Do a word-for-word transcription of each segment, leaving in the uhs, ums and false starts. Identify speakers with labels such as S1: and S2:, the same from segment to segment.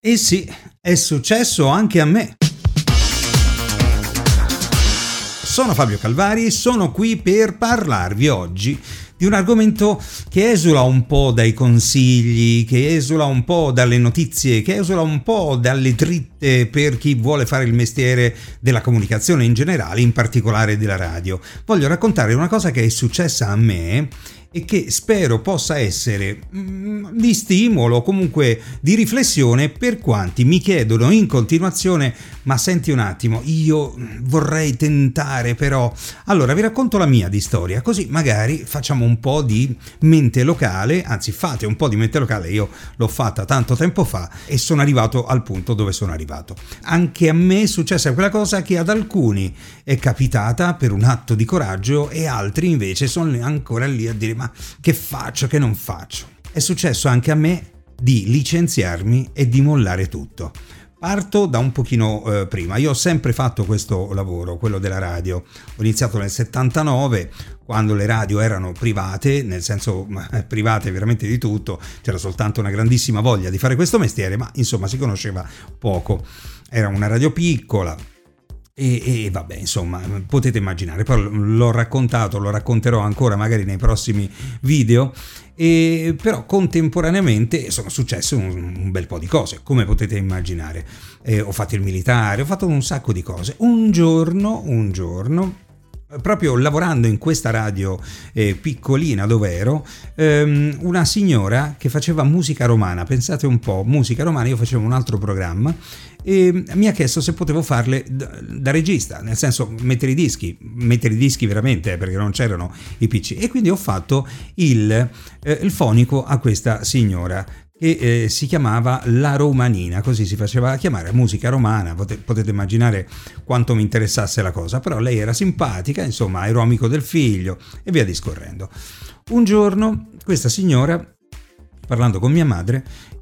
S1: E sì, è successo anche a me. Sono Fabio Calvari, sono qui per parlarvi oggi di un argomento che esula un po' dai consigli, che esula un po' dalle notizie, che esula un po' dalle dritte per chi vuole fare il mestiere della comunicazione in generale, in particolare della radio. Voglio raccontare una cosa che è successa a me e che spero possa essere mm, di stimolo, comunque di riflessione per quanti mi chiedono in continuazione: ma senti un attimo, io vorrei tentare però. Allora vi racconto la mia di storia, così magari facciamo un po' di mente locale, anzi fate un po' di mente locale. Io l'ho fatta tanto tempo fa e sono arrivato al punto dove sono arrivato. Anche a me è successa quella cosa che ad alcuni è capitata per un atto di coraggio e altri invece sono ancora lì a dire: ma che faccio, che non faccio? È successo anche a me di licenziarmi e di mollare tutto. Parto da un pochino eh, prima. Io ho sempre fatto questo lavoro, quello della radio. Ho iniziato nel settantanove, quando le radio erano private, nel senso eh, private veramente di tutto, c'era soltanto una grandissima voglia di fare questo mestiere, ma insomma si conosceva poco. Era una radio piccola. E, e vabbè, insomma, potete immaginare. Poi l'ho raccontato, lo racconterò ancora magari nei prossimi video. E però contemporaneamente sono successe un, un bel po' di cose, come potete immaginare. Eh, ho fatto il militare, ho fatto un sacco di cose. Un giorno, un giorno, proprio lavorando in questa radio eh, piccolina dove ero, ehm, una signora che faceva musica romana, pensate un po', musica romana, io facevo un altro programma, e mi ha chiesto se potevo farle da, da regista, nel senso mettere i dischi, mettere i dischi veramente, eh, perché non c'erano i P C, e quindi ho fatto il, eh, il fonico a questa signora che eh, si chiamava La Romanina, così si faceva chiamare, musica romana. Potete, potete immaginare quanto mi interessasse la cosa, però lei era simpatica, insomma ero amico del figlio e via discorrendo. Un giorno questa signora, parlando con mia madre,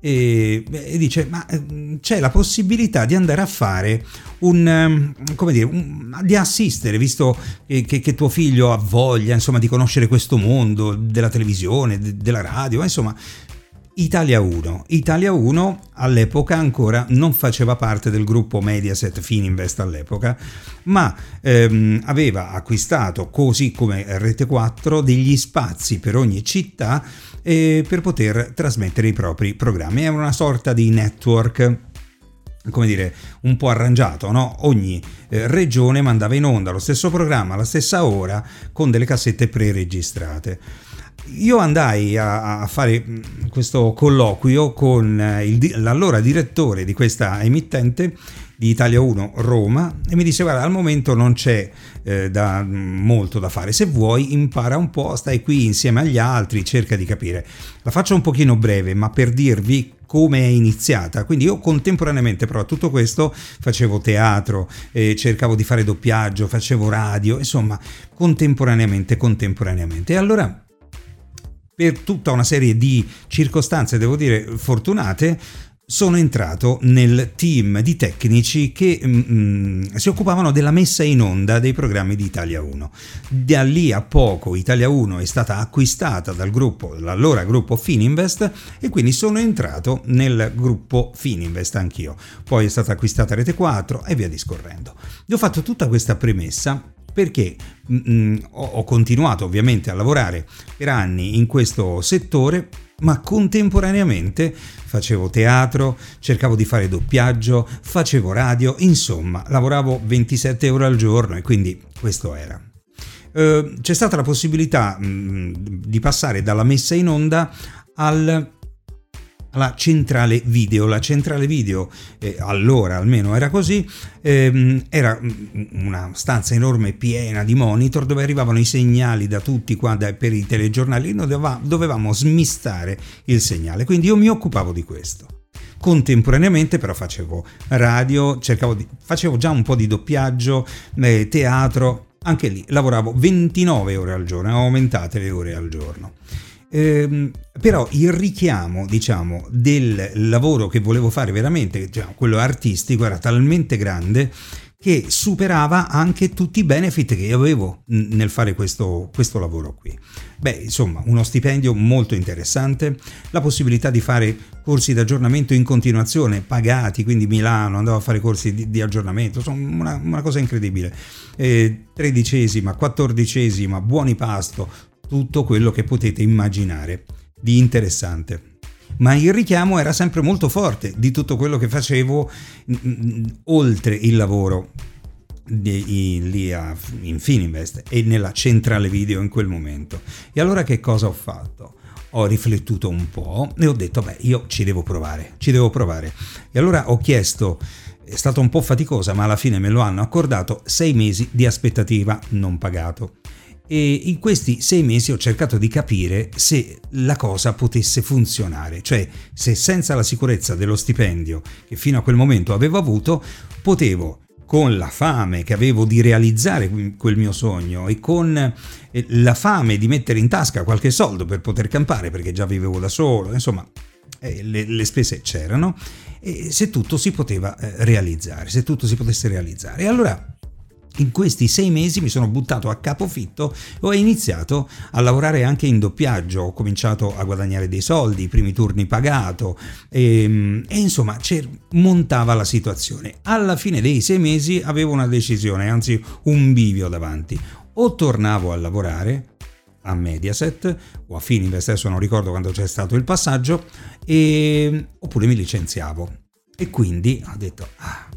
S1: e, e dice: ma c'è la possibilità di andare a fare un, come dire, un, di assistere, visto che, che, che tuo figlio ha voglia, insomma, di conoscere questo mondo della televisione, de, della radio, insomma. Italia uno. Italia uno all'epoca ancora non faceva parte del gruppo Mediaset Fininvest all'epoca, ma ehm, aveva acquistato, così come Rete quattro, degli spazi per ogni città eh, per poter trasmettere i propri programmi. È una sorta di network, come dire, un po' arrangiato, no? Ogni eh, regione mandava in onda lo stesso programma alla stessa ora con delle cassette preregistrate. Io andai a, a fare questo colloquio con il, l'allora direttore di questa emittente di Italia uno Roma e mi disse: guarda, al momento non c'è eh, da, molto da fare, se vuoi impara un po', stai qui insieme agli altri, cerca di capire. La faccio un pochino breve, ma per dirvi come è iniziata. Quindi io contemporaneamente però a tutto questo facevo teatro, eh, cercavo di fare doppiaggio, facevo radio, insomma contemporaneamente, contemporaneamente. E allora, per tutta una serie di circostanze, devo dire fortunate, sono entrato nel team di tecnici che mm, si occupavano della messa in onda dei programmi di Italia uno. Da lì a poco Italia uno è stata acquistata dal gruppo, l'allora gruppo Fininvest, e quindi sono entrato nel gruppo Fininvest anch'io. Poi è stata acquistata Rete quattro e via discorrendo. Vi ho fatto tutta questa premessa perché mh, ho continuato ovviamente a lavorare per anni in questo settore, ma contemporaneamente facevo teatro, cercavo di fare doppiaggio, facevo radio, insomma lavoravo ventisette euro al giorno e quindi questo era. Eh, c'è stata la possibilità mh, di passare dalla messa in onda al alla centrale video. La centrale video, eh, allora almeno era così, ehm, era una stanza enorme piena di monitor dove arrivavano i segnali da tutti qua, da, per i telegiornali. Noi doveva, dovevamo smistare il segnale, quindi io mi occupavo di questo. Contemporaneamente però facevo radio, cercavo di, facevo già un po' di doppiaggio, eh, teatro, anche lì lavoravo ventinove ore al giorno, ho aumentate le ore al giorno. Eh, però il richiamo, diciamo, del lavoro che volevo fare veramente, cioè quello artistico, era talmente grande che superava anche tutti i benefit che io avevo nel fare questo, questo lavoro qui. Beh, insomma, uno stipendio molto interessante, la possibilità di fare corsi di aggiornamento in continuazione, pagati, quindi Milano, andavo a fare corsi di, di aggiornamento, insomma, una, una cosa incredibile. Eh, tredicesima, quattordicesima, buoni pasto, tutto quello che potete immaginare di interessante. Ma il richiamo era sempre molto forte di tutto quello che facevo mh, oltre il lavoro di, lì a, in Fininvest e nella centrale video in quel momento. E allora che cosa ho fatto? Ho riflettuto un po' e ho detto beh, io ci devo provare, ci devo provare. E allora ho chiesto, è stata un po' faticosa ma alla fine me lo hanno accordato, sei mesi di aspettativa non pagato. E in questi sei mesi ho cercato di capire se la cosa potesse funzionare, cioè se senza la sicurezza dello stipendio che fino a quel momento avevo avuto, potevo, con la fame che avevo di realizzare quel mio sogno e con la fame di mettere in tasca qualche soldo per poter campare, perché già vivevo da solo, insomma le, le spese c'erano, e se tutto si poteva realizzare, se tutto si potesse realizzare. E allora in questi sei mesi mi sono buttato a capofitto e ho iniziato a lavorare anche in doppiaggio, ho cominciato a guadagnare dei soldi, i primi turni pagato e, e insomma montava la situazione. Alla fine dei sei mesi avevo una decisione, anzi un bivio davanti: o tornavo a lavorare a Mediaset o a Fininvest, adesso non ricordo quando c'è stato il passaggio, e, oppure mi licenziavo. E quindi ho detto ah,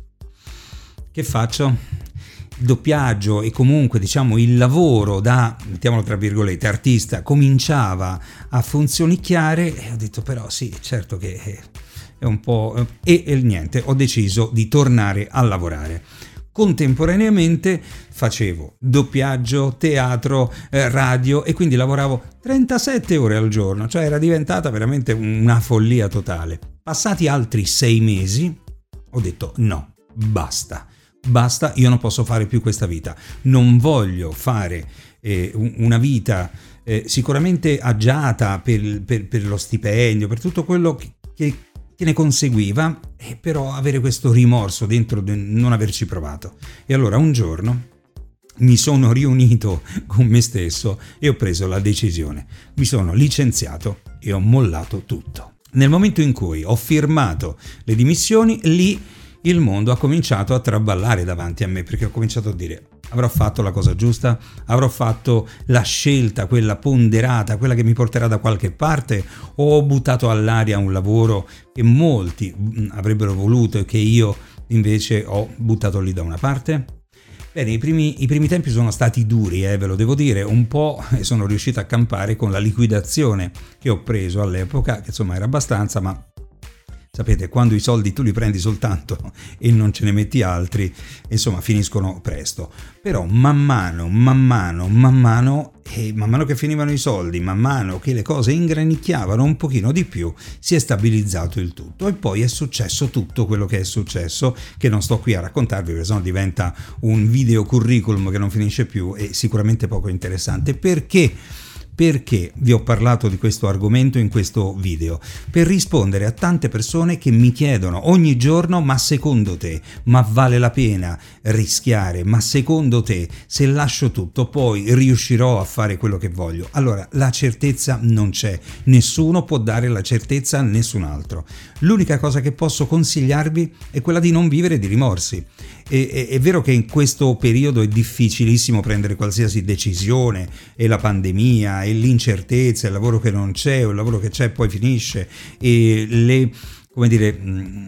S1: che faccio? Il doppiaggio e comunque diciamo il lavoro da, mettiamolo tra virgolette, artista cominciava a funzionicchiare e ho detto però sì, certo che è un po'... e, e niente, ho deciso di tornare a lavorare. Contemporaneamente facevo doppiaggio, teatro, eh, radio e quindi lavoravo trentasette ore al giorno, cioè era diventata veramente una follia totale. Passati altri sei mesi ho detto no, basta. Basta, io non posso fare più questa vita, non voglio fare eh, una vita eh, sicuramente agiata per, per, per lo stipendio, per tutto quello che, che, che ne conseguiva, e però avere questo rimorso dentro di non averci provato. E allora un giorno mi sono riunito con me stesso e ho preso la decisione, mi sono licenziato e ho mollato tutto. Nel momento in cui ho firmato le dimissioni, lì il mondo ha cominciato a traballare davanti a me, perché ho cominciato a dire avrò fatto la cosa giusta, avrò fatto la scelta, quella ponderata, quella che mi porterà da qualche parte, o ho buttato all'aria un lavoro che molti avrebbero voluto e che io invece ho buttato lì da una parte? Bene, i primi, i primi tempi sono stati duri, eh, ve lo devo dire, un po' sono riuscito a campare con la liquidazione che ho preso all'epoca, che insomma era abbastanza, ma sapete, quando i soldi tu li prendi soltanto e non ce ne metti altri, insomma, finiscono presto. Però man mano, man mano, man mano, e man mano che finivano i soldi, man mano che le cose ingranicchiavano un pochino di più, si è stabilizzato il tutto. E poi è successo tutto quello che è successo, che non sto qui a raccontarvi, perché sennò diventa un video curriculum che non finisce più e sicuramente poco interessante. Perché? Perché vi ho parlato di questo argomento in questo video? Per rispondere a tante persone che mi chiedono ogni giorno: ma secondo te, ma vale la pena rischiare? Ma secondo te, se lascio tutto poi riuscirò a fare quello che voglio? Allora, la certezza non c'è, nessuno può dare la certezza a nessun altro. L'unica cosa che posso consigliarvi è quella di non vivere di rimorsi. E, è, è vero che in questo periodo è difficilissimo prendere qualsiasi decisione, e la pandemia, e l'incertezza, il lavoro che non c'è, o il lavoro che c'è e poi finisce, e le, come dire,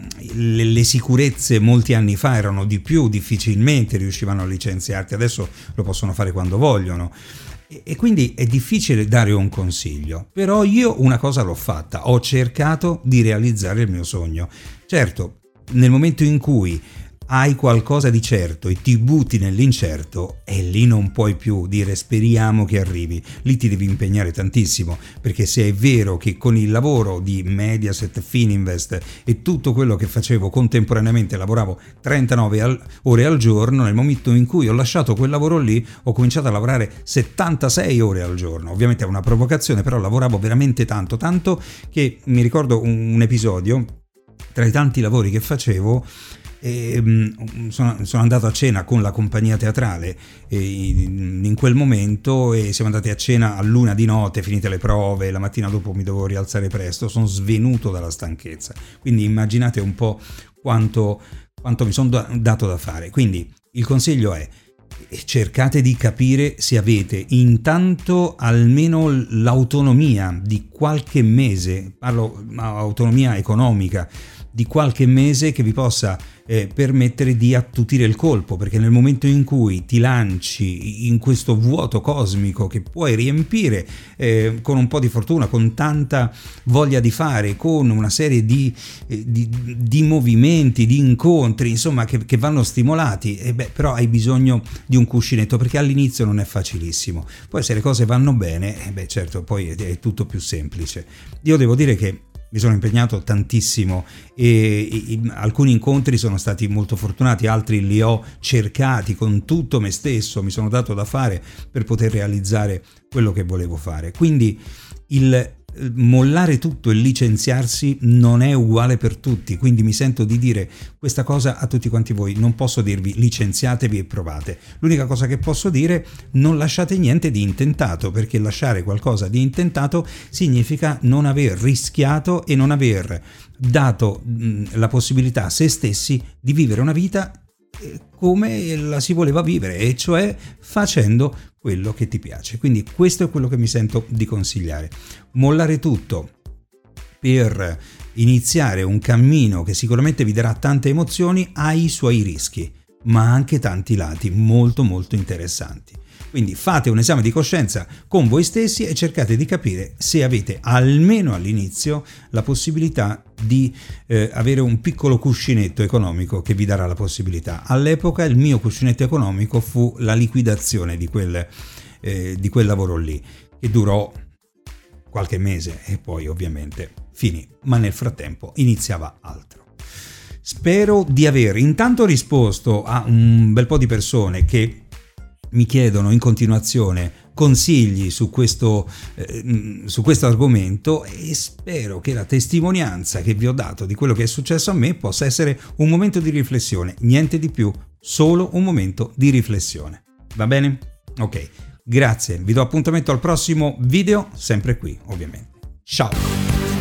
S1: le, le sicurezze molti anni fa erano di più, difficilmente riuscivano a licenziarti, adesso lo possono fare quando vogliono. E quindi è difficile dare un consiglio, però io una cosa l'ho fatta, ho cercato di realizzare il mio sogno. Certo, nel momento in cui hai qualcosa di certo e ti butti nell'incerto, e lì non puoi più dire speriamo che arrivi, lì ti devi impegnare tantissimo, perché se è vero che con il lavoro di Mediaset, Fininvest e tutto quello che facevo contemporaneamente lavoravo trentanove ore al giorno, nel momento in cui ho lasciato quel lavoro lì ho cominciato a lavorare settantasei ore al giorno. Ovviamente è una provocazione, però lavoravo veramente tanto, tanto che mi ricordo un, un episodio tra i tanti lavori che facevo. E, sono, sono andato a cena con la compagnia teatrale in, in quel momento e siamo andati a cena a luna di notte, finite le prove, la mattina dopo mi dovevo rialzare presto, sono svenuto dalla stanchezza, quindi immaginate un po' quanto, quanto mi sono dato da fare. Quindi il consiglio è: cercate di capire se avete intanto almeno l'autonomia di qualche mese, parlo autonomia economica, di qualche mese che vi possa eh, permettere di attutire il colpo, perché nel momento in cui ti lanci in questo vuoto cosmico che puoi riempire eh, con un po' di fortuna, con tanta voglia di fare, con una serie di, eh, di, di movimenti, di incontri, insomma, che, che vanno stimolati, e beh, però hai bisogno di un cuscinetto, perché all'inizio non è facilissimo. Poi se le cose vanno bene, eh beh, certo, poi è, è tutto più semplice. Io devo dire che mi sono impegnato tantissimo e, e, e alcuni incontri sono stati molto fortunati, altri li ho cercati con tutto me stesso, mi sono dato da fare per poter realizzare quello che volevo fare. Quindi il mollare tutto e licenziarsi non è uguale per tutti, quindi mi sento di dire questa cosa a tutti quanti voi. Non posso dirvi licenziatevi e provate, l'unica cosa che posso dire: non lasciate niente di intentato, perché lasciare qualcosa di intentato significa non aver rischiato e non aver dato mh, la possibilità a se stessi di vivere una vita come la si voleva vivere, e cioè facendo quello che ti piace. Quindi questo è quello che mi sento di consigliare: mollare tutto per iniziare un cammino che sicuramente vi darà tante emozioni, ha i suoi rischi, ma anche tanti lati molto molto interessanti. Quindi fate un esame di coscienza con voi stessi e cercate di capire se avete almeno all'inizio la possibilità di eh, avere un piccolo cuscinetto economico che vi darà la possibilità. All'epoca il mio cuscinetto economico fu la liquidazione di quel, eh, di quel lavoro lì, che durò qualche mese e poi ovviamente finì, ma nel frattempo iniziava altro. Spero di aver intanto risposto a un bel po' di persone che mi chiedono in continuazione consigli su questo, eh, su questo argomento, e spero che la testimonianza che vi ho dato di quello che è successo a me possa essere un momento di riflessione, niente di più, solo un momento di riflessione. Va bene? Ok, grazie, vi do appuntamento al prossimo video, sempre qui ovviamente. Ciao!